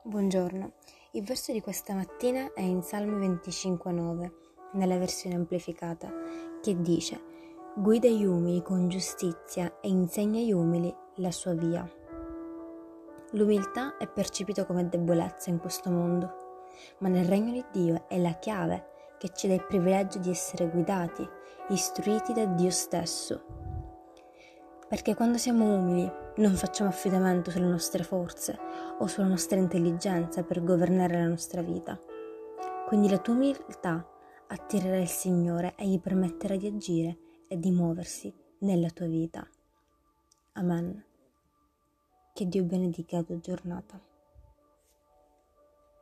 Buongiorno, il verso di questa mattina è in Salmi 25,9, nella versione amplificata, che dice: Guida gli umili con giustizia e insegna agli umili la sua via. L'umiltà è percepita come debolezza in questo mondo, ma nel regno di Dio è la chiave che ci dà il privilegio di essere guidati, istruiti da Dio stesso. Perché quando siamo umili non facciamo affidamento sulle nostre forze o sulla nostra intelligenza per governare la nostra vita. Quindi la tua umiltà attirerà il Signore e gli permetterà di agire e di muoversi nella tua vita. Amen. Che Dio benedica la tua giornata.